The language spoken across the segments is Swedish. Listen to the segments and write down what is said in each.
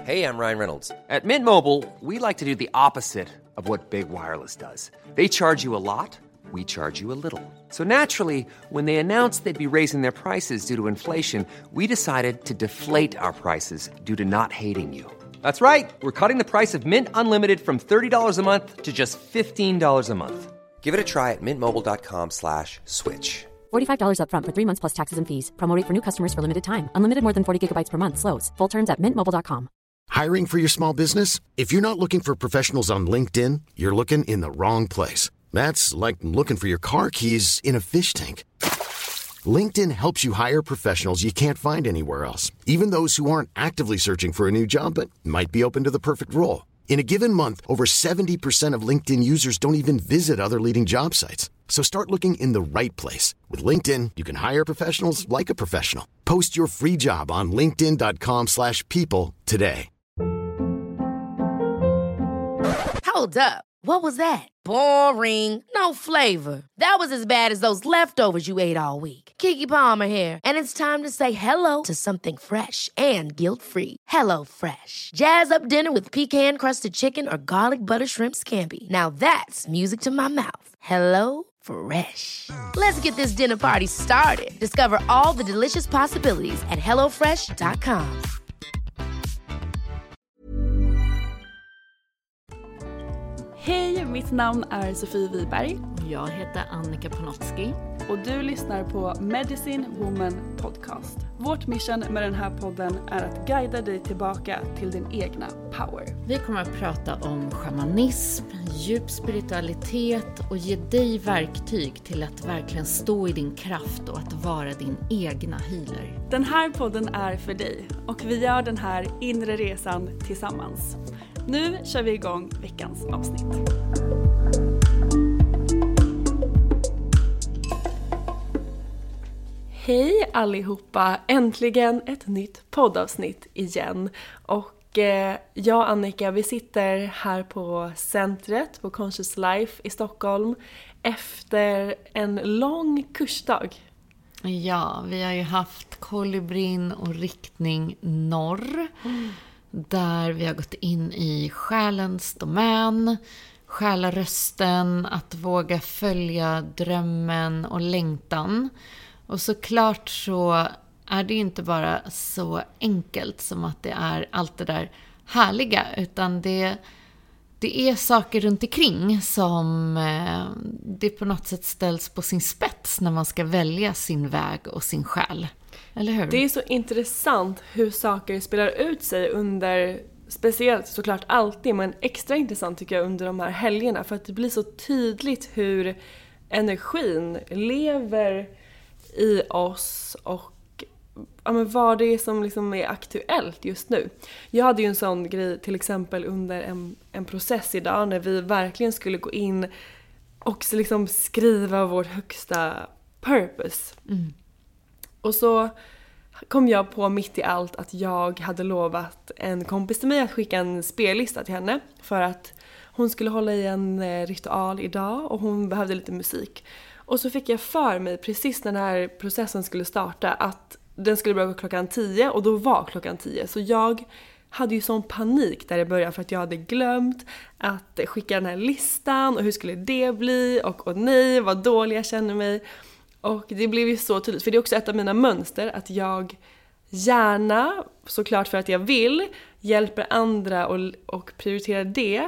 Hey, I'm Ryan Reynolds. At Mint Mobile, we like to do the opposite of what Big Wireless does. They charge you a lot, we charge you a little. So naturally, when they announced they'd be raising their prices due to inflation, we decided to deflate our prices due to not hating you. That's right. We're cutting the price of Mint Unlimited from $30 a month to just $15 a month. Give it a try at mintmobile.com/switch. $45 up front for 3 months plus taxes and fees. Promo rate for new customers for limited time. Unlimited more than 40 gigabytes per month. Slows full terms at mintmobile.com. Hiring for your small business? If you're not looking for professionals on LinkedIn, you're looking in the wrong place. That's like looking for your car keys in a fish tank. LinkedIn helps you hire professionals you can't find anywhere else, even those who aren't actively searching for a new job but might be open to the perfect role. In a given month, over 70% of LinkedIn users don't even visit other leading job sites. So start looking in the right place. With LinkedIn, you can hire professionals like a professional. Post your free job on linkedin.com/people today. Hold up. What was that? Boring. No flavor. That was as bad as those leftovers you ate all week. Keke Palmer here, and it's time to say hello to something fresh and guilt-free. Hello Fresh. Jazz up dinner with pecan-crusted chicken or garlic butter shrimp scampi. Now that's music to my mouth. Hello Fresh. Let's get this dinner party started. Discover all the delicious possibilities at hellofresh.com. Hej, mitt namn är Sofie Wiberg. Jag heter Annika Panotski. Och du lyssnar på Medicine Woman Podcast. Vårt mission med den här podden är att guida dig tillbaka till din egna power. Vi kommer att prata om shamanism, djup spiritualitet och ge dig verktyg till att verkligen stå i din kraft och att vara din egna healer. Den här podden är för dig och vi gör den här inre resan tillsammans. Nu kör vi igång veckans avsnitt. Hej allihopa! Äntligen ett nytt poddavsnitt igen. Och jag och Annika, vi sitter här på centret på Conscious Life i Stockholm efter en lång kursdag. Ja, vi har ju haft kolibrin och riktning norr. Där vi har gått in i själens domän, själarösten, att våga följa drömmen och längtan. Och såklart så är det inte bara så enkelt som att det är allt det där härliga, utan det är saker runt omkring som det på något sätt ställs på sin spets när man ska välja sin väg och sin själ. Eller hur? Det är så intressant hur saker spelar ut sig under, speciellt såklart alltid, men extra intressant tycker jag under de här helgerna. För att det blir så tydligt hur energin lever i oss och ja, men vad det är som liksom är aktuellt just nu. Jag hade ju en sån grej till exempel under en process idag när vi verkligen skulle gå in och liksom skriva vår högsta purpose. Mm. Och så kom jag på mitt i allt att jag hade lovat en kompis till mig att skicka en spellista till henne för att hon skulle hålla i en ritual idag och hon behövde lite musik. Och så fick jag för mig precis när den här processen skulle starta att den skulle börja klockan 10 och då var klockan 10. Så jag hade ju sån panik där i början för att jag hade glömt att skicka den här listan och hur skulle det bli och nej vad dålig jag känner mig. Och det blev ju så tydligt, för det är också ett av mina mönster att jag gärna, såklart för att jag vill, hjälper andra och prioriterar det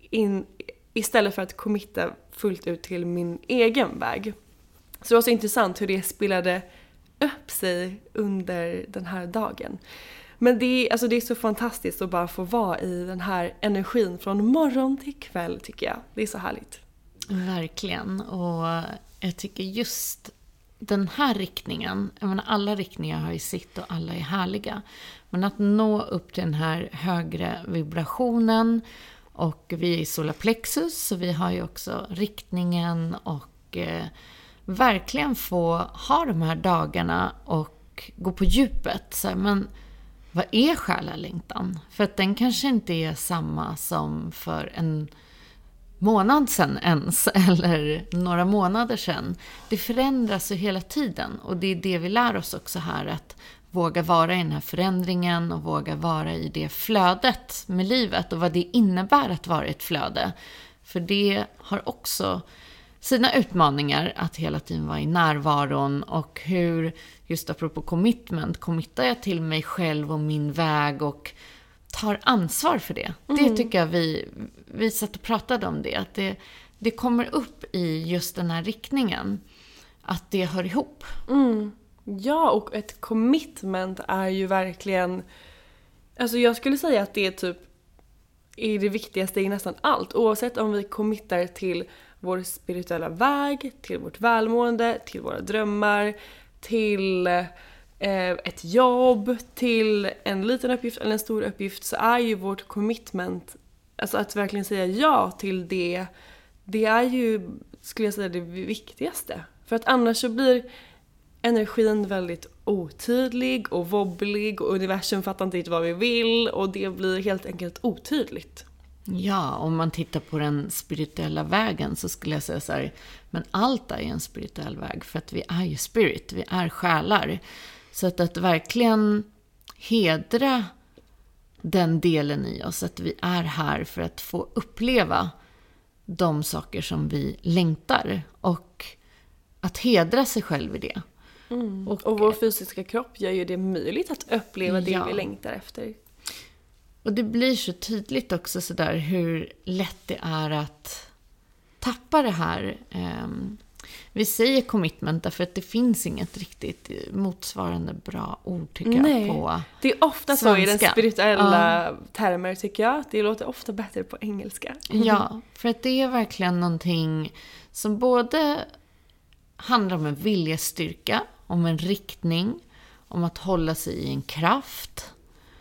istället för att committa fullt ut till min egen väg. Så det var så intressant hur det spelade upp sig under den här dagen. Men det är så fantastiskt att bara få vara i den här energin från morgon till kväll tycker jag. Det är så härligt. Verkligen, och jag tycker just den här riktningen, jag menar alla riktningar har ju sitt och alla är härliga. Men att nå upp till den här högre vibrationen, och vi är i solarplexus så vi har ju också riktningen och verkligen få ha de här dagarna och gå på djupet. Så här, men vad är själalängtan? För att den kanske inte är samma som för en månad sedan ens eller några månader sedan. Det förändras ju hela tiden och det är det vi lär oss också här, att våga vara i den här förändringen och våga vara i det flödet med livet och vad det innebär att vara i ett flöde. För det har också sina utmaningar att hela tiden vara i närvaron och hur, just apropå committar jag till mig själv och min väg och tar ansvar för det. Det tycker jag vi satt och pratade om det, att det kommer upp i just den här riktningen, att det hör ihop. Ja, och ett commitment är ju verkligen, alltså jag skulle säga att det är typ är det viktigaste i nästan allt, oavsett om vi committar till vår spirituella väg, till vårt välmående, till våra drömmar, till ett jobb, till en liten uppgift eller en stor uppgift, så är ju vårt commitment, alltså att verkligen säga ja till det är ju, skulle jag säga, det viktigaste. För att annars så blir energin väldigt otydlig och wobblig och universum fattar inte riktigt vad vi vill och det blir helt enkelt otydligt. Ja, om man tittar på den spirituella vägen så skulle jag säga så här, men allt är ju en spirituell väg för att vi är ju spirit, vi är själar. Så att verkligen hedra den delen i oss, att vi är här för att få uppleva de saker som vi längtar och att hedra sig själv i det. Och vår fysiska kropp gör ju det möjligt att uppleva det vi längtar efter. Och det blir så tydligt också så där hur lätt det är att tappa det här. Vi säger commitment därför att det finns inget riktigt motsvarande bra ord tycker jag på det är ofta svenska. Så i den spirituella termer tycker jag. Det låter ofta bättre på engelska. Ja, för att det är verkligen någonting som både handlar om en viljestyrka, om en riktning, om att hålla sig i en kraft.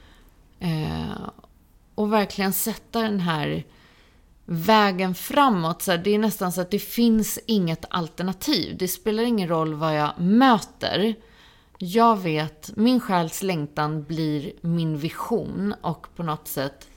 Och verkligen sätta den här vägen framåt. Så det är nästan så att det finns inget alternativ. Det spelar ingen roll vad jag möter. Jag vet, min själs längtan blir min vision och på något sätt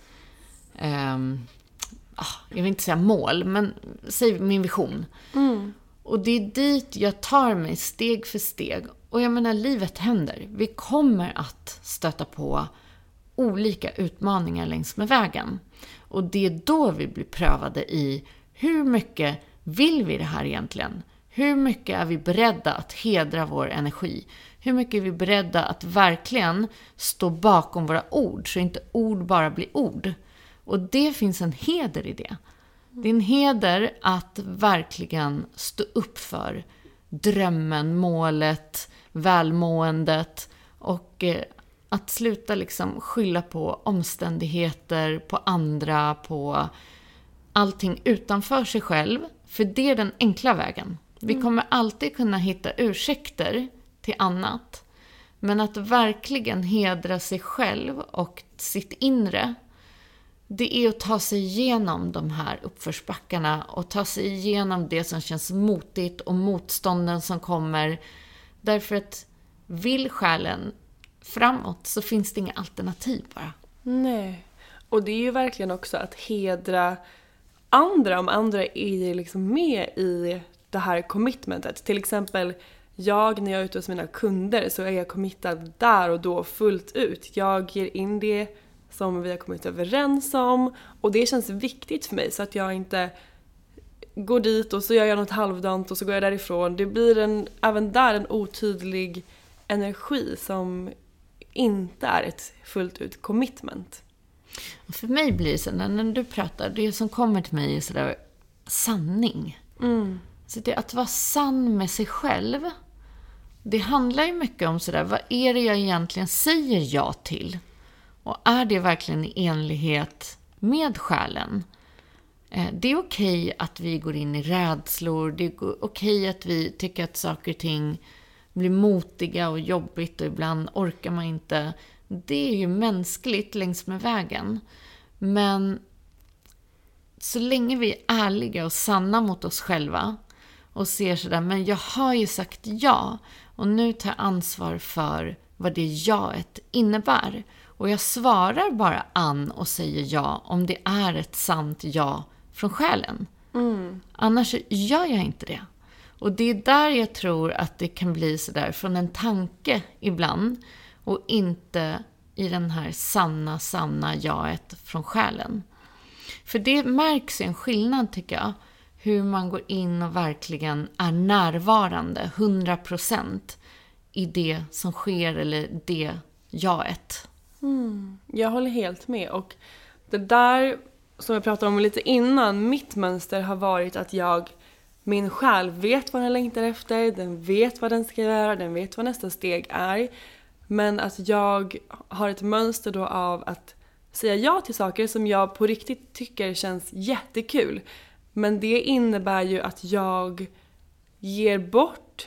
jag vill inte säga mål, men säg min vision. Och det är dit jag tar mig steg för steg. Och jag menar, livet händer. Vi kommer att stöta på olika utmaningar längs med vägen. Och det är då vi blir prövade i hur mycket vill vi det här egentligen? Hur mycket är vi beredda att hedra vår energi? Hur mycket är vi beredda att verkligen stå bakom våra ord så inte ord bara blir ord? Och det finns en heder i det. Det är en heder att verkligen stå upp för drömmen, målet, välmåendet och att sluta liksom skylla på omständigheter, på andra, på allting utanför sig själv. För det är den enkla vägen. Vi kommer alltid kunna hitta ursäkter till annat. Men att verkligen hedra sig själv och sitt inre, det är att ta sig igenom de här uppförsbackarna och ta sig igenom det som känns motigt och motstånden som kommer. Därför att vill själen framåt så finns det inga alternativ bara. Nej. Och det är ju verkligen också att hedra andra, om andra är liksom med i det här commitmentet. Till exempel när jag är ute hos mina kunder så är jag committad där och då fullt ut. Jag ger in det som vi har kommit överens om och det känns viktigt för mig så att jag inte går dit och så gör jag något halvdant och så går jag därifrån. Det blir även där en otydlig energi som inte är ett fullt ut commitment. Och för mig blir det så när du pratar, det som kommer till mig är sådär sanning. Så det att vara sann med sig själv, det handlar ju mycket om sådär, vad är det jag egentligen säger ja till? Och är det verkligen i enlighet med själen? Det är okej att vi går in i rädslor, det är okej att vi tycker att saker och ting blir motiga och jobbigt och ibland orkar man inte. Det är ju mänskligt längs med vägen. Men så länge vi är ärliga och sanna mot oss själva och ser sådär, men jag har ju sagt ja och nu tar jag ansvar för vad det jaet innebär. Och jag svarar bara an och säger ja om det är ett sant ja från själen. Annars gör jag inte det. Och det är där jag tror att det kan bli sådär från en tanke ibland. och inte i den här sanna jaet från själen. För det märks en skillnad tycker jag, hur man går in och verkligen är närvarande 100% i det som sker eller det jaet. Jag håller helt med, och det där som jag pratade om lite innan, mitt mönster har varit att min själ vet vad den längtar efter, den vet vad den ska göra, den vet vad nästa steg är. Men att jag har ett mönster då av att säga ja till saker som jag på riktigt tycker känns jättekul. Men det innebär ju att jag ger bort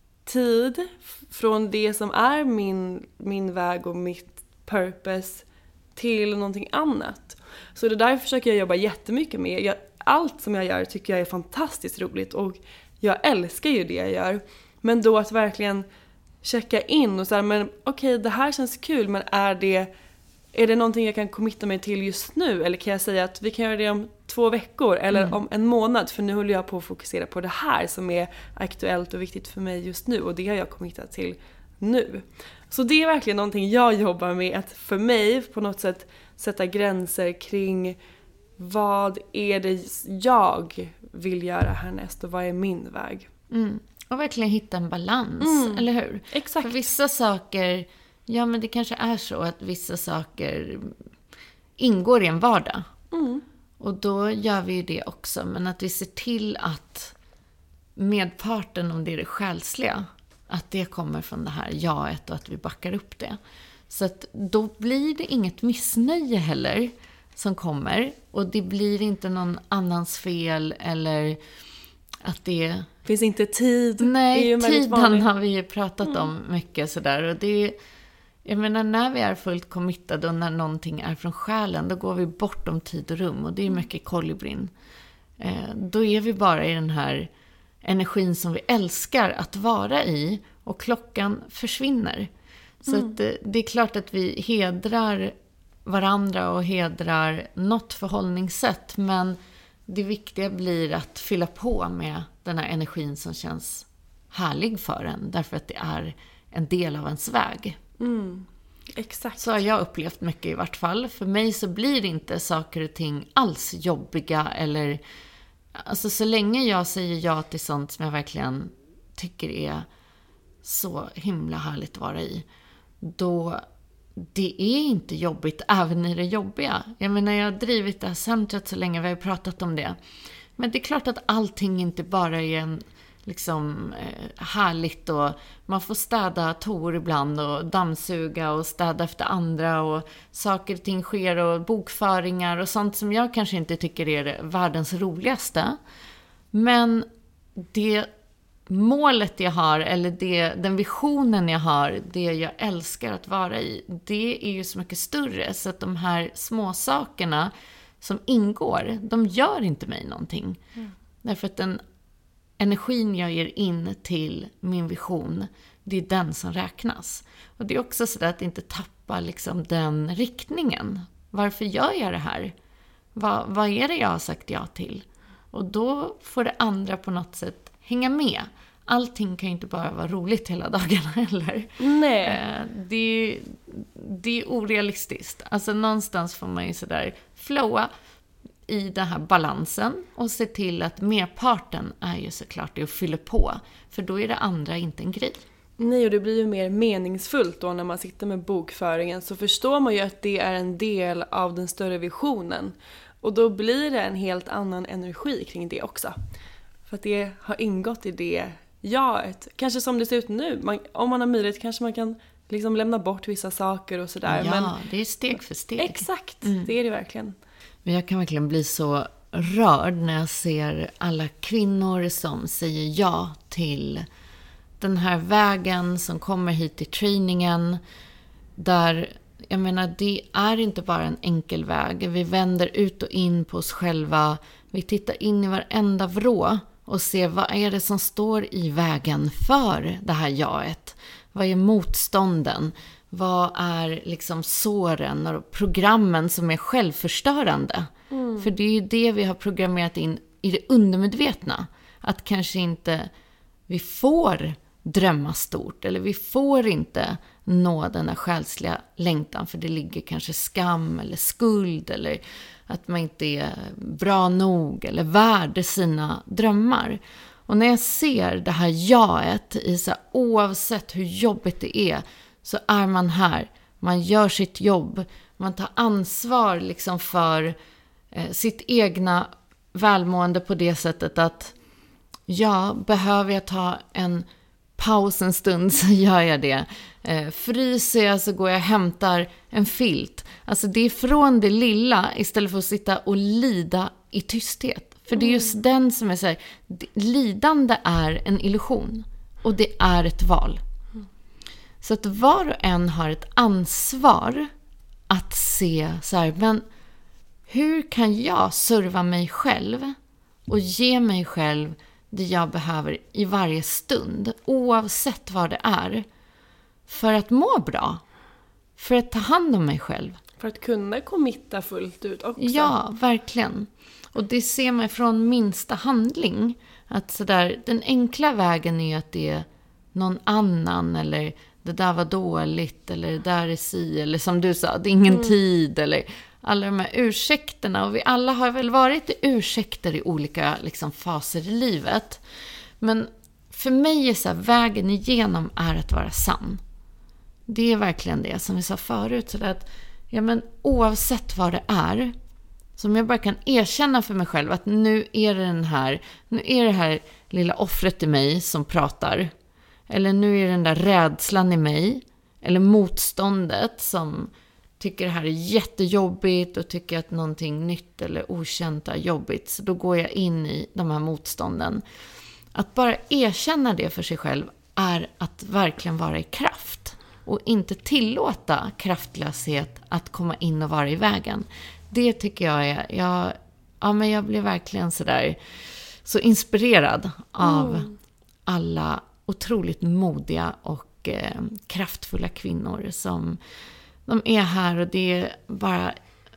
tid från det som är min väg och mitt purpose till någonting annat. Så det där försöker jag jobba jättemycket med. Allt som jag gör tycker jag är fantastiskt roligt och jag älskar ju det jag gör. Men då att verkligen checka in och säga, men okej, det här känns kul, men är det någonting jag kan committa mig till just nu? Eller kan jag säga att vi kan göra det om 2 veckor eller om en månad? För nu håller jag på att fokusera på det här som är aktuellt och viktigt för mig just nu. Och det har jag committat till nu. Så det är verkligen någonting jag jobbar med. Att för mig på något sätt sätta gränser kring vad är det jag vill göra härnäst och vad är min väg. Och verkligen hitta en balans, eller hur? Exakt. För vissa saker, ja men det kanske är så att vissa saker ingår i en vardag. Och då gör vi ju det också. Men att vi ser till att medparten, om det är det själsliga, att det kommer från det här jaet och att vi backar upp det. Så att då blir det inget missnöje heller som kommer. Och det blir inte någon annans fel eller att det finns inte tid. Nej, är ju tiden har vi ju pratat om mycket sådär. Och det är, jag menar, när vi är fullt committade och när någonting är från själen, då går vi bortom tid och rum. Och det är mycket kolibrin. Då är vi bara i den här energin som vi älskar att vara i. Och klockan försvinner. Så att det är klart att vi hedrar varandra och hedrar något förhållningssätt. Men det viktiga blir att fylla på med den här energin som känns härlig för en. Därför att det är en del av ens väg. Exakt. Så har jag upplevt mycket i vart fall. För mig så blir inte saker och ting alls jobbiga. Eller, alltså så länge jag säger ja till sånt som jag verkligen tycker är så himla härligt att vara i. Då det är inte jobbigt även i det jobbiga. Jag menar, jag har drivit det här centret så länge, vi har pratat om det. Men det är klart att allting inte bara är en liksom härligt och man får städa toor ibland och dammsuga och städa efter andra och saker och ting sker och bokföringar och sånt som jag kanske inte tycker är världens roligaste. Men det målet jag har eller den visionen jag har, det jag älskar att vara i, det är ju så mycket större så att de här små sakerna som ingår, de gör inte mig någonting. Därför att den energin jag ger in till min vision, det är den som räknas. Och det är också så att inte tappa liksom den riktningen. Varför gör jag det här? Vad är det jag har sagt ja till? Och då får det andra på något sätt hänga med. Allting kan ju inte bara vara roligt hela dagarna heller. Nej. Det är orealistiskt. Alltså någonstans får man ju sådär flowa i den här balansen och se till att merparten är ju såklart det och fyller på. För då är det andra inte en grej. Nej, och det blir ju mer meningsfullt då när man sitter med bokföringen, så förstår man ju att det är en del av den större visionen. Och då blir det en helt annan energi kring det också. För att det har ingått i det jaet. Kanske som det ser ut nu. Om man har möjlighet kanske man kan liksom lämna bort vissa saker och sådär. Ja, men det är steg för steg. Exakt, det är det verkligen. Men jag kan verkligen bli så rörd när jag ser alla kvinnor som säger ja till den här vägen som kommer hit till träningen. Där, jag menar, det är inte bara en enkel väg. Vi vänder ut och in på oss själva. Vi tittar in i varenda vrå och ser vad är det som står i vägen för det här jaet. Vad är motstånden? Vad är liksom såren och programmen som är självförstörande? För det är ju det vi har programmerat in i det undermedvetna. Att kanske inte vi får drömma stort eller vi får inte nå den här själsliga längtan. För det ligger kanske skam eller skuld eller att man inte är bra nog eller värd sina drömmar. Och när jag ser det här jaet i så här, oavsett hur jobbigt det är, så är man här. Man gör sitt jobb. Man tar ansvar liksom för sitt egna välmående på det sättet att behöver jag ta en paus en stund så gör jag det. Fryser jag så går jag och hämtar en filt. Alltså det är från det lilla istället för att sitta och lida i tysthet. För det är just den som är så här, lidande är en illusion och det är ett val. Så att var och en har ett ansvar att se så här, men hur kan jag serva mig själv och ge mig själv det jag behöver i varje stund, oavsett vad det är, för att må bra, för att ta hand om mig själv. För att kunna committa fullt ut också. Ja, verkligen. Och det ser man från minsta handling. Att så där, den enkla vägen är att det är någon annan eller det där var dåligt eller det där är si eller som du sa, det är ingen tid eller alla de här ursäkterna. Och vi alla har väl varit ursäkter i olika liksom, faser i livet. Men för mig är så här, vägen igenom är att vara sann. Det är verkligen det som vi sa förut. Så att, men oavsett vad det är, som jag bara kan erkänna för mig själv att nu är det här lilla offret i mig som pratar. Eller nu är den där rädslan i mig. Eller motståndet som tycker det här är jättejobbigt och tycker att någonting nytt eller okänt är jobbigt. Så då går jag in i de här motstånden. Att bara erkänna det för sig själv är att verkligen vara i kraft. Och inte tillåta kraftlöshet att komma in och vara i vägen. Det tycker jag är... jag blir verkligen så inspirerad av alla otroligt modiga och kraftfulla kvinnor som de är här. Och det är bara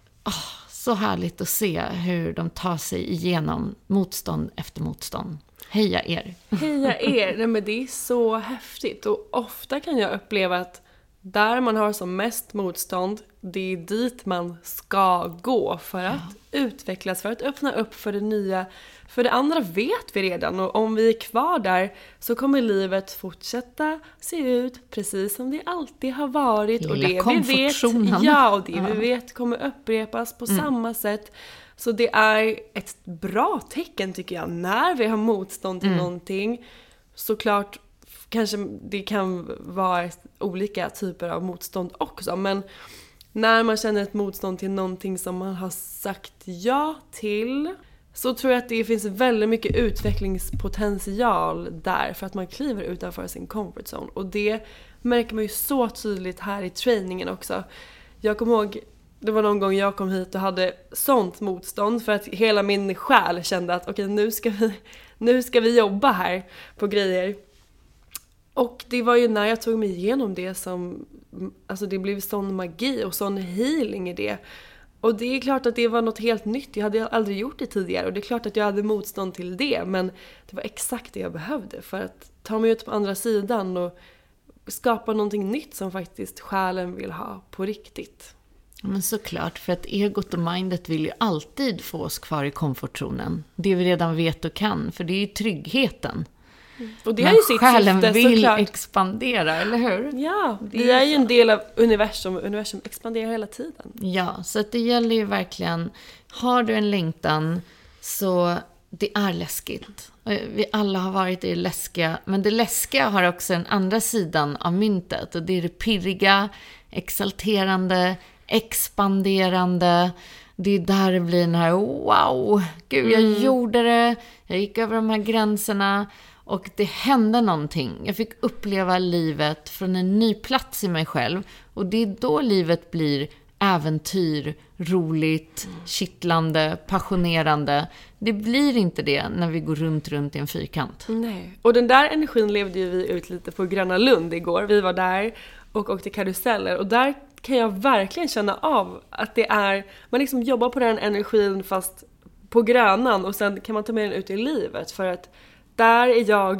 så härligt att se hur de tar sig igenom motstånd efter motstånd. Heja er! Heja er! Nej, men det är så häftigt. Och ofta kan jag uppleva att där man har som mest motstånd, det är dit man ska gå för att utvecklas, för att öppna upp för det nya. För det andra vet vi redan, och om vi är kvar där så kommer livet fortsätta se ut precis som det alltid har varit. Och det vi vet kommer upprepas på samma sätt. Så det är ett bra tecken tycker jag när vi har motstånd till någonting. Såklart kanske det kan vara olika typer av motstånd också, men när man känner ett motstånd till någonting som man har sagt ja till, så tror jag att det finns väldigt mycket utvecklingspotential där för att man kliver utanför sin comfort zone. Och det märker man ju så tydligt här i träningen också. Jag kommer ihåg, det var någon gång jag kom hit och hade sånt motstånd för att hela min själ kände att okej, nu ska vi jobba här på grejer. Och det var ju när jag tog mig igenom det som, alltså det blev sån magi och sån healing i det. Och det är klart att det var något helt nytt. Jag hade aldrig gjort det tidigare. Och det är klart att jag hade motstånd till det. Men det var exakt det jag behövde för att ta mig ut på andra sidan och skapa någonting nytt som faktiskt själen vill ha på riktigt. Men såklart, för att egot och mindet vill ju alltid få oss kvar i komfortzonen. Det vi redan vet och kan, för det är ju tryggheten. Och det är ju sitt själen syfte, vill såklart expandera, eller hur? Ja, det är ju en del av universum. Universum expanderar hela tiden. Ja, så att det gäller ju verkligen, har du en längtan så det är läskigt. Vi alla har varit i det läskiga, men det läskiga har också en andra sidan av myntet. Och det är det pirriga, exalterande, expanderande. Det är där det blir den här, wow, gud jag gjorde det. Jag gick över de här gränserna. Och det hände någonting. Jag fick uppleva livet från en ny plats i mig själv. Och det är då livet blir äventyr, roligt, kittlande, passionerande. Det blir inte det när vi går runt i en fyrkant. Nej. Och den där energin levde ju vi ut lite på Gröna Lund igår. Vi var där och åkte karuseller. Och där kan jag verkligen känna av att det är, man liksom jobbar på den energin fast på Grönan. Och sen kan man ta med den ut i livet för att där är jag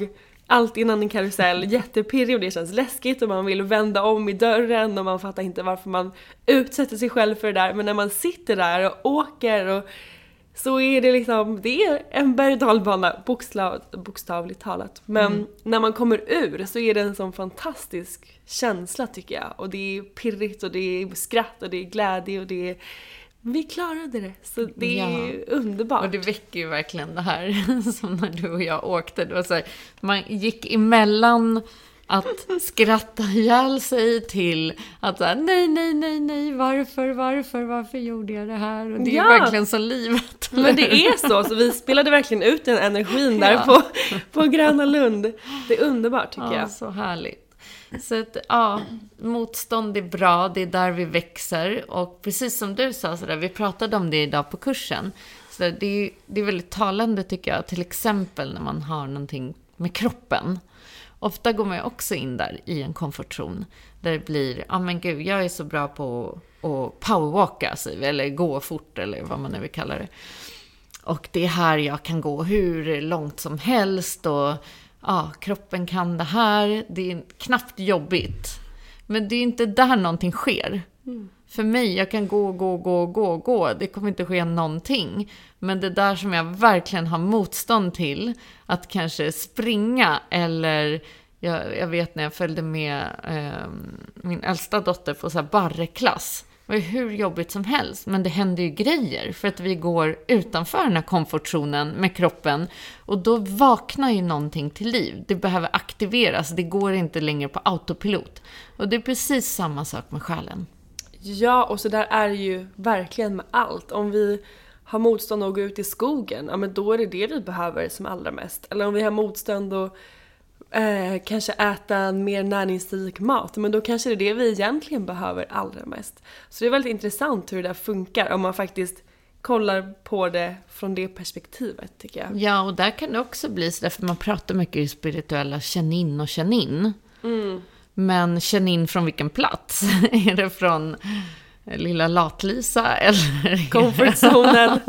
allt innan en karusell, jättepirrig och det känns läskigt och man vill vända om i dörren och man fattar inte varför man utsätter sig själv för det där. Men när man sitter där och åker och så är det liksom, det är en berg- och dalbana, bokstavligt talat. Men när man kommer ur så är det en sån fantastisk känsla tycker jag. Och det är pirrigt och det är skratt och det är glädje och det är... Vi klarade det, så det är underbart. Och det väcker ju verkligen det här som när du och jag åkte. Det var så här, man gick emellan att skratta ihjäl sig till att säga nej, varför gjorde jag det här? Och det är verkligen så livet. Men det är så vi spelade verkligen ut den energin där på Gröna Lund. Det är underbart tycker jag. Så härligt. Så att, motstånd är bra, det är där vi växer. Och precis som du sa, så där, vi pratade om det idag på kursen. Så där, det är väldigt talande tycker jag, till exempel när man har någonting med kroppen. Ofta går man också in där i en komfortzon. Där det blir, men gud, jag är så bra på att powerwalka, eller gå fort, eller vad man nu vill kalla det. Och det är här jag kan gå hur långt som helst och kroppen kan det här. Det är knappt jobbigt. Men det är inte där någonting sker. För mig, jag kan gå. Det kommer inte ske någonting. Men det där som jag verkligen har motstånd till, att kanske springa eller... Jag vet när jag följde med min äldsta dotter på så här barreklass. Det var hur jobbigt som helst. Men det händer ju grejer för att vi går utanför den här komfortzonen med kroppen. Och då vaknar ju någonting till liv. Det behöver aktiveras. Det går inte längre på autopilot. Och det är precis samma sak med själen. Ja, och så där är det ju verkligen med allt. Om vi har motstånd att gå ut i skogen, men då är det vi behöver som allra mest. Eller om vi har motstånd att kanske äta mer näringsrik mat, men då kanske det är det vi egentligen behöver allra mest. Så det är väldigt intressant hur det där funkar om man faktiskt kollar på det från det perspektivet tycker jag. Ja, och där kan det också bli så därför man pratar mycket i spirituella känn in och känn in. Men känn in från vilken plats? Är det från lilla Latlisa eller comfortzonen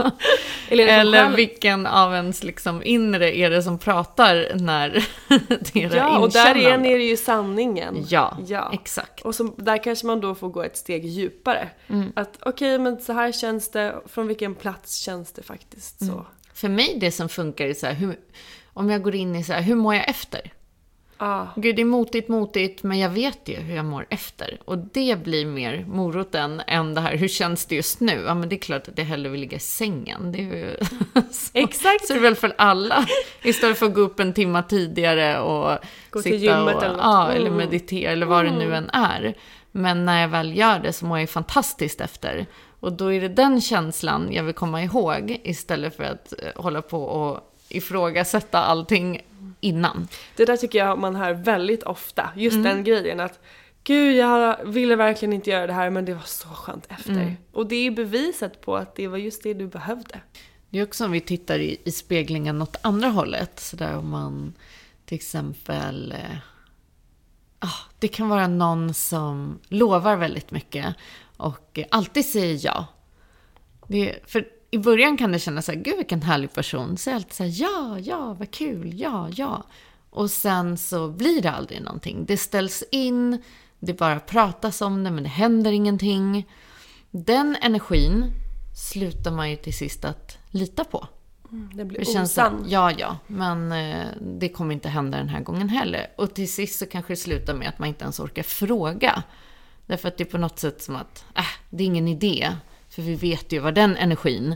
eller vilken av ens liksom inre är det som pratar när det är Ja, och där är det ju sanningen. Ja, exakt. Och så, där kanske man då får gå ett steg djupare. Att okej, men så här känns det, från vilken plats känns det faktiskt så. För mig det som funkar är så här, om jag går in i så här, hur mår jag efter? Gud, det är motigt, men jag vet ju hur jag mår efter. Och det blir mer moroten än det här, hur känns det just nu? Ja, men det är klart att jag hellre vill ligga i sängen. Det är ju exakt. Så är det väl för alla. Istället för att gå upp en timme tidigare och gå sitta till gymmet och, eller något. eller meditera eller vad det nu än är. Men när jag väl gör det så mår jag fantastiskt efter. Och då är det den känslan jag vill komma ihåg istället för att hålla på och ifrågasätta allting innan. Det där tycker jag man hör väldigt ofta. Just den grejen att gud, jag ville verkligen inte göra det här, men det var så skönt efter. Och det är beviset på att det var just det du behövde. Det är också om vi tittar i speglingen åt andra hållet. Så där om man till exempel... det kan vara någon som lovar väldigt mycket och alltid säger ja. För i början kan det kännas så här, gud vilken härlig person. Så alltid så här, ja, vad kul, ja. Och sen så blir det aldrig någonting. Det ställs in, det bara pratas om det, men det händer ingenting. Den energin slutar man ju till sist att lita på. Det blir det känns osann. Ja, men det kommer inte hända den här gången heller. Och till sist så kanske det slutar med att man inte ens orkar fråga. Därför att det är på något sätt som att det är ingen idé. För vi vet ju vad den energin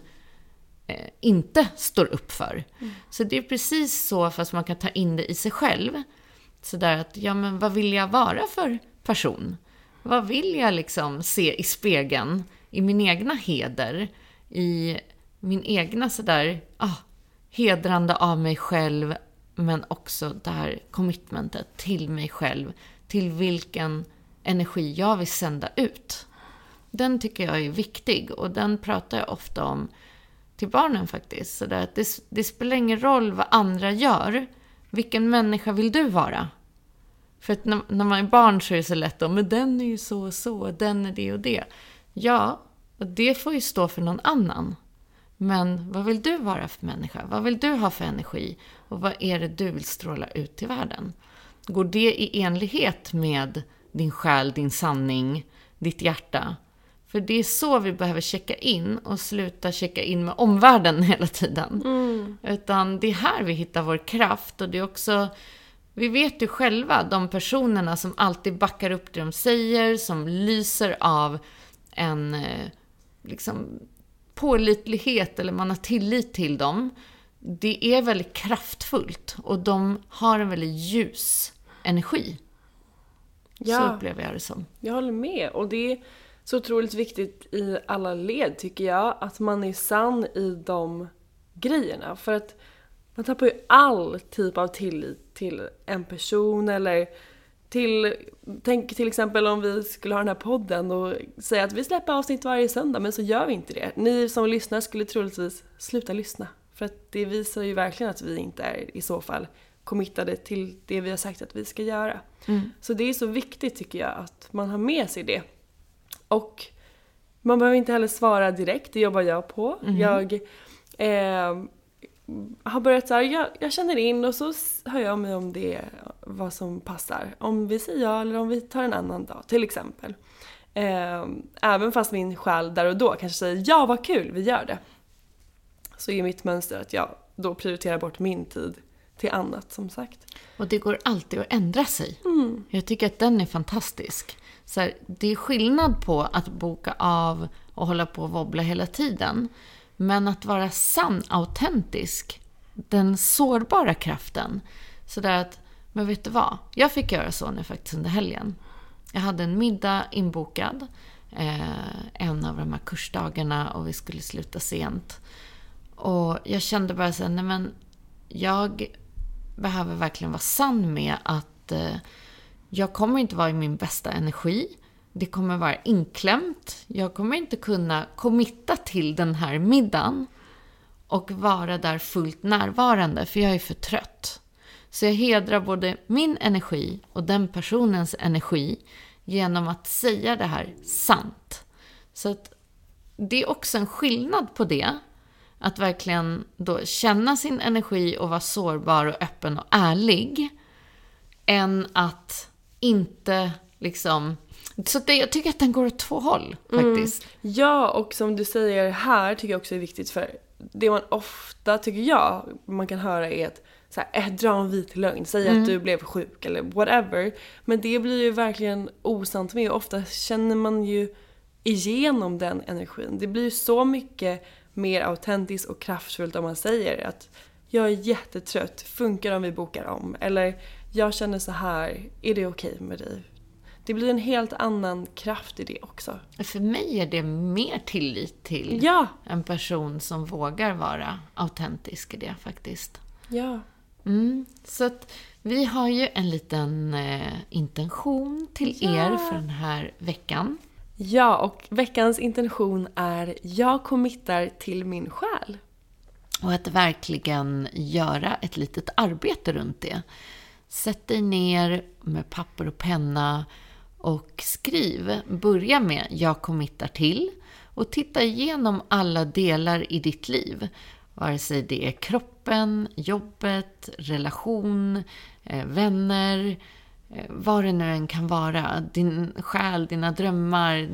inte står upp för. Så det är precis så, fast man kan ta in det i sig själv. Så där att, men vad vill jag vara för person? Vad vill jag liksom se i spegeln? I min egna heder? I min egna sådär hedrande av mig själv, men också där commitmentet till mig själv, till vilken energi jag vill sända ut. Den tycker jag är viktig, och den pratar jag ofta om till barnen faktiskt. Så där att det spelar ingen roll vad andra gör. Vilken människa vill du vara? För att när man är barn så är det så lätt att, men den är ju så och så, den är det och det. Ja, och det får ju stå för någon annan. Men vad vill du vara för människa? Vad vill du ha för energi? Och vad är det du vill stråla ut till världen? Går det i enlighet med din själ, din sanning, ditt hjärta? För det är så vi behöver checka in och sluta checka in med omvärlden hela tiden. Utan det är här vi hittar vår kraft. Och det är också, vi vet ju själva, de personerna som alltid backar upp det de säger, som lyser av en liksom pålitlighet, eller man har tillit till dem. Det är väldigt kraftfullt och de har en väldigt ljus energi. Ja, så upplever jag det som. Jag håller med, och det är så otroligt viktigt i alla led tycker jag, att man är sann i de grejerna. För att man tappar ju all typ av tillit till en person, eller tänk till exempel om vi skulle ha den här podden och säga att vi släpper avsnitt varje söndag, men så gör vi inte det. Ni som lyssnar skulle troligtvis sluta lyssna, för att det visar ju verkligen att vi inte är i så fall committade till det vi har sagt att vi ska göra. Så det är så viktigt tycker jag att man har med sig det. Och man behöver inte heller svara direkt, det jobbar jag på. Jag har börjat så här, jag känner in och så hör jag mig om det, vad som passar. Om vi säger ja eller om vi tar en annan dag till exempel. Även fast min själ där och då kanske säger ja, vad kul, vi gör det. Så är mitt mönster att jag då prioriterar bort min tid till annat, som sagt. Och det går alltid att ändra sig. Jag tycker att den är fantastisk. Så här, det är skillnad på att boka av och hålla på och wobbla hela tiden. Men att vara sann, autentisk, den sårbara kraften. Så där att, men vet du vad? Jag fick göra så nu faktiskt under helgen. Jag hade en middag inbokad. En av de här kursdagarna, och vi skulle sluta sent. Och jag kände bara så här, nej men jag behöver verkligen vara sann med att jag kommer inte vara i min bästa energi. Det kommer vara inklämt. Jag kommer inte kunna committa till den här middagen och vara där fullt närvarande, för jag är för trött. Så jag hedrar både min energi och den personens energi genom att säga det här sant. Så att det är också en skillnad på det. Att verkligen då känna sin energi och vara sårbar och öppen och ärlig. Än att inte liksom... Så det, jag tycker att den går åt två håll faktiskt. Ja, och som du säger här tycker jag också är viktigt, för det man ofta tycker jag man kan höra är att så här, dra en vit lögn, säga att du blev sjuk eller whatever. Men det blir ju verkligen osant med, och ofta känner man ju igenom den energin. Det blir ju så mycket mer autentiskt och kraftfullt om man säger att jag är jättetrött, funkar om vi bokar om, eller jag känner så här, är det okej med dig? Det blir en helt annan kraft i det också. För mig är det mer tillit till en person som vågar vara autentisk i det faktiskt. Ja. Så att vi har ju en liten intention till er för den här veckan. Ja, och veckans intention är: jag committar till min själ. Och att verkligen göra ett litet arbete runt det. Sätt dig ner med papper och penna och skriv. Börja med jag committar till, och titta igenom alla delar i ditt liv. Vare sig det är kroppen, jobbet, relation, vänner, vad det nu än kan vara. Din själ, dina drömmar,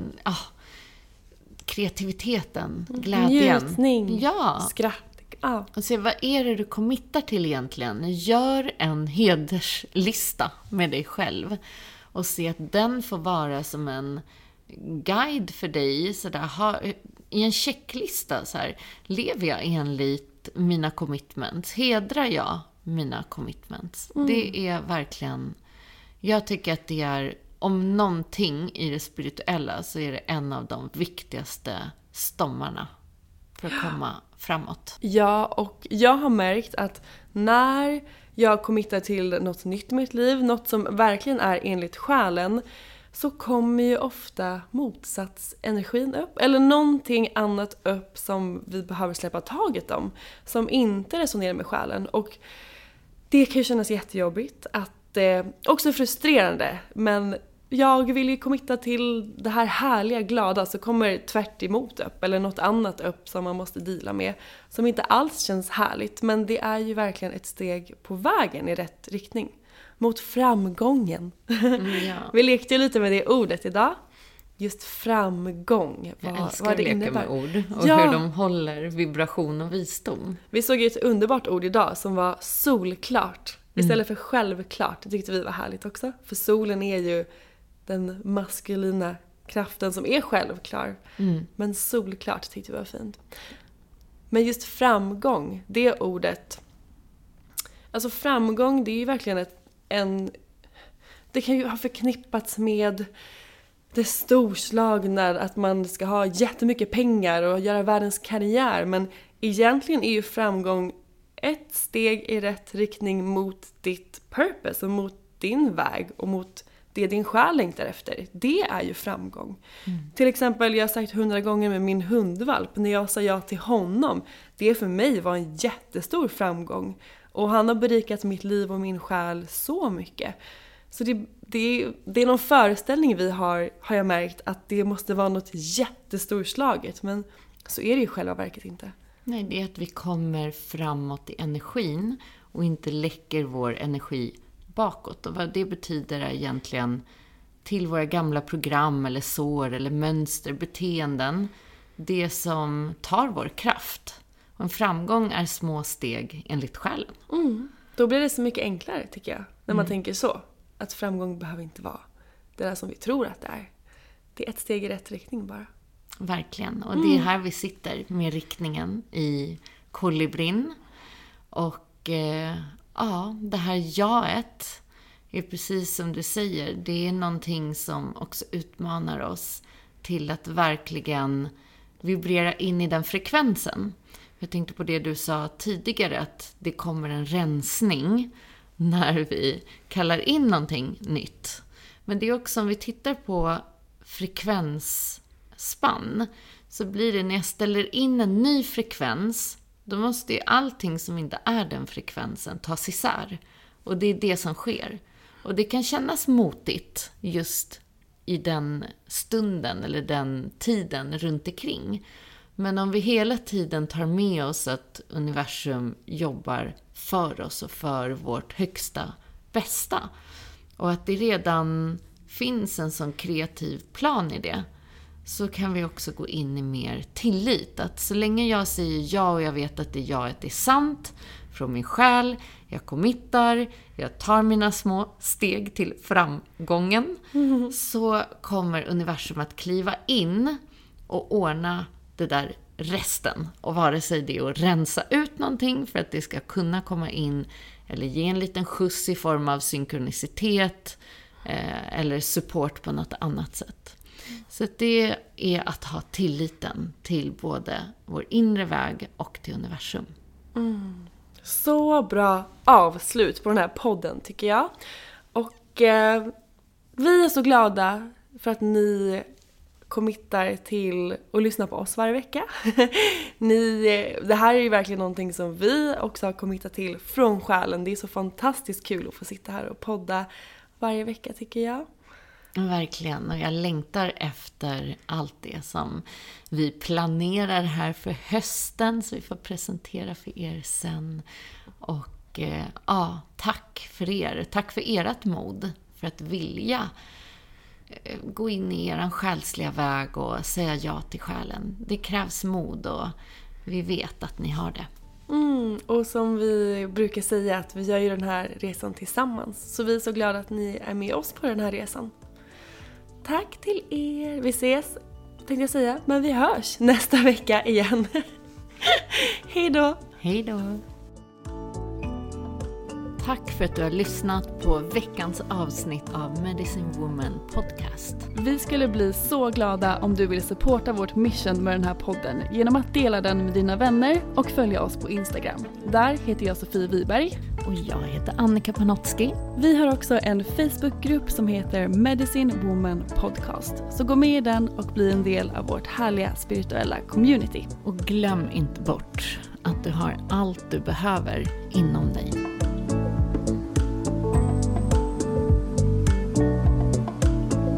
kreativiteten, glädjen. Njutning, skratt. Och se, vad är det du committar till egentligen? Gör en hederslista med dig själv. Och se att den får vara som en guide för dig. Så där, i en checklista. Så här, lever jag enligt mina commitments? Hedrar jag mina commitments? Det är verkligen... Jag tycker att det är, om någonting i det spirituella, så är det en av de viktigaste stommarna för att komma framåt. Ja, och jag har märkt att när jag committar till något nytt i mitt liv, något som verkligen är enligt själen, så kommer ju ofta motsatsenergin upp. Eller någonting annat upp som vi behöver släppa taget om, som inte resonerar med själen. Och det kan ju kännas jättejobbigt, att också frustrerande, men jag vill ju committa till det här härliga, glada, så kommer tvärt emot upp eller något annat upp som man måste deala med som inte alls känns härligt, men det är ju verkligen ett steg på vägen i rätt riktning mot framgången. Ja. Vi lekte ju lite med det ordet idag. Just framgång, Jag älskar vad det att leka innebär. med ord och hur de håller vibration och visdom. Vi såg ju ett underbart ord idag som var solklart istället för självklart. Det tyckte vi var härligt också. För solen är ju den maskulina kraften som är självklar. Men solklart tyckte vi var fint. Men just framgång, det ordet. Alltså framgång, det är ju verkligen det kan ju ha förknippats med det storslagna, att man ska ha jättemycket pengar och göra världens karriär. Men egentligen är ju framgång ett steg i rätt riktning mot ditt purpose och mot din väg och mot det din själ längtar efter. Det är ju framgång. Till exempel, jag har sagt 100 gånger med min hundvalp, när jag sa ja till honom, det för mig var en jättestor framgång. Och han har berikat mitt liv och min själ så mycket. Så det är någon föreställning vi har jag märkt, att det måste vara något jättestorslaget. Men så är det i själva verket inte. Nej, det är att vi kommer framåt i energin och inte läcker vår energi bakåt. Och vad det betyder är egentligen till våra gamla program eller sår eller mönster, beteenden. Det som tar vår kraft. Och en framgång är små steg enligt själen. Då blir det så mycket enklare tycker jag, när man tänker så. Att framgång behöver inte vara det där som vi tror att det är. Det är ett steg i rätt riktning bara. Verkligen. Och det är här vi sitter med riktningen i kolibrin. Och det här jaet är precis som du säger. Det är någonting som också utmanar oss till att verkligen vibrera in i den frekvensen. Jag tänkte på det du sa tidigare, att det kommer en rensning när vi kallar in någonting nytt. Men det är också, om vi tittar på frekvensspann, så blir det när jag ställer in en ny frekvens, då måste ju allting som inte är den frekvensen tas isär. Och det är det som sker. Och det kan kännas motigt just i den stunden eller den tiden runt omkring. Men om vi hela tiden tar med oss att universum jobbar för oss och för vårt högsta bästa, och att det redan finns en sån kreativ plan i det, så kan vi också gå in i mer tillit. Att så länge jag säger ja och jag vet att det jaet är sant från min själ, jag committar, jag tar mina små steg till framgången, så kommer universum att kliva in och ordna det där resten. Och vare sig det är att rensa ut någonting för att det ska kunna komma in, eller ge en liten skjuts i form av synkronicitet eller support på något annat sätt. Så det är att ha tilliten till både vår inre väg och till universum. Så bra avslut på den här podden tycker jag. Och vi är så glada för att ni committar till att lyssna på oss varje vecka. Det här är ju verkligen någonting som vi också har committat till från själen. Det är så fantastiskt kul att få sitta här och podda varje vecka tycker jag. Verkligen, och jag längtar efter allt det som vi planerar här för hösten, så vi får presentera för er sen. Och tack för er, tack för ert mod, för att vilja gå in i er själsliga väg och säga ja till själen. Det krävs mod och vi vet att ni har det. Och som vi brukar säga, att vi gör ju den här resan tillsammans. Så vi är så glada att ni är med oss på den här resan. Tack till er. Vi ses, tänkte jag säga, men vi hörs nästa vecka igen. Hej då! Hej då! Tack för att du har lyssnat på veckans avsnitt av Medicine Woman podcast. Vi skulle bli så glada om du vill supporta vårt mission med den här podden genom att dela den med dina vänner och följa oss på Instagram. Där heter jag Sofie Wiberg. Och jag heter Annika Panotski. Vi har också en Facebookgrupp som heter Medicine Woman podcast. Så gå med i den och bli en del av vårt härliga spirituella community. Och glöm inte bort att du har allt du behöver inom dig.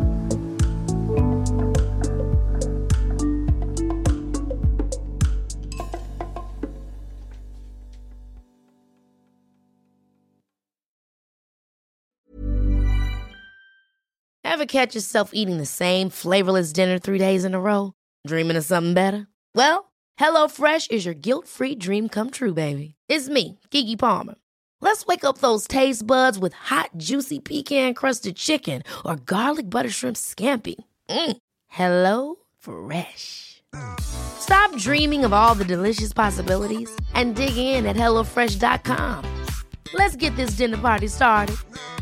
Ever catch yourself eating the same flavorless dinner 3 days in a row? Dreaming of something better? Well, HelloFresh is your guilt-free dream come true, baby. It's me, Keke Palmer. Let's wake up those taste buds with hot, juicy pecan-crusted chicken or garlic butter shrimp scampi. Hello Fresh. Stop dreaming of all the delicious possibilities and dig in at HelloFresh.com. Let's get this dinner party started.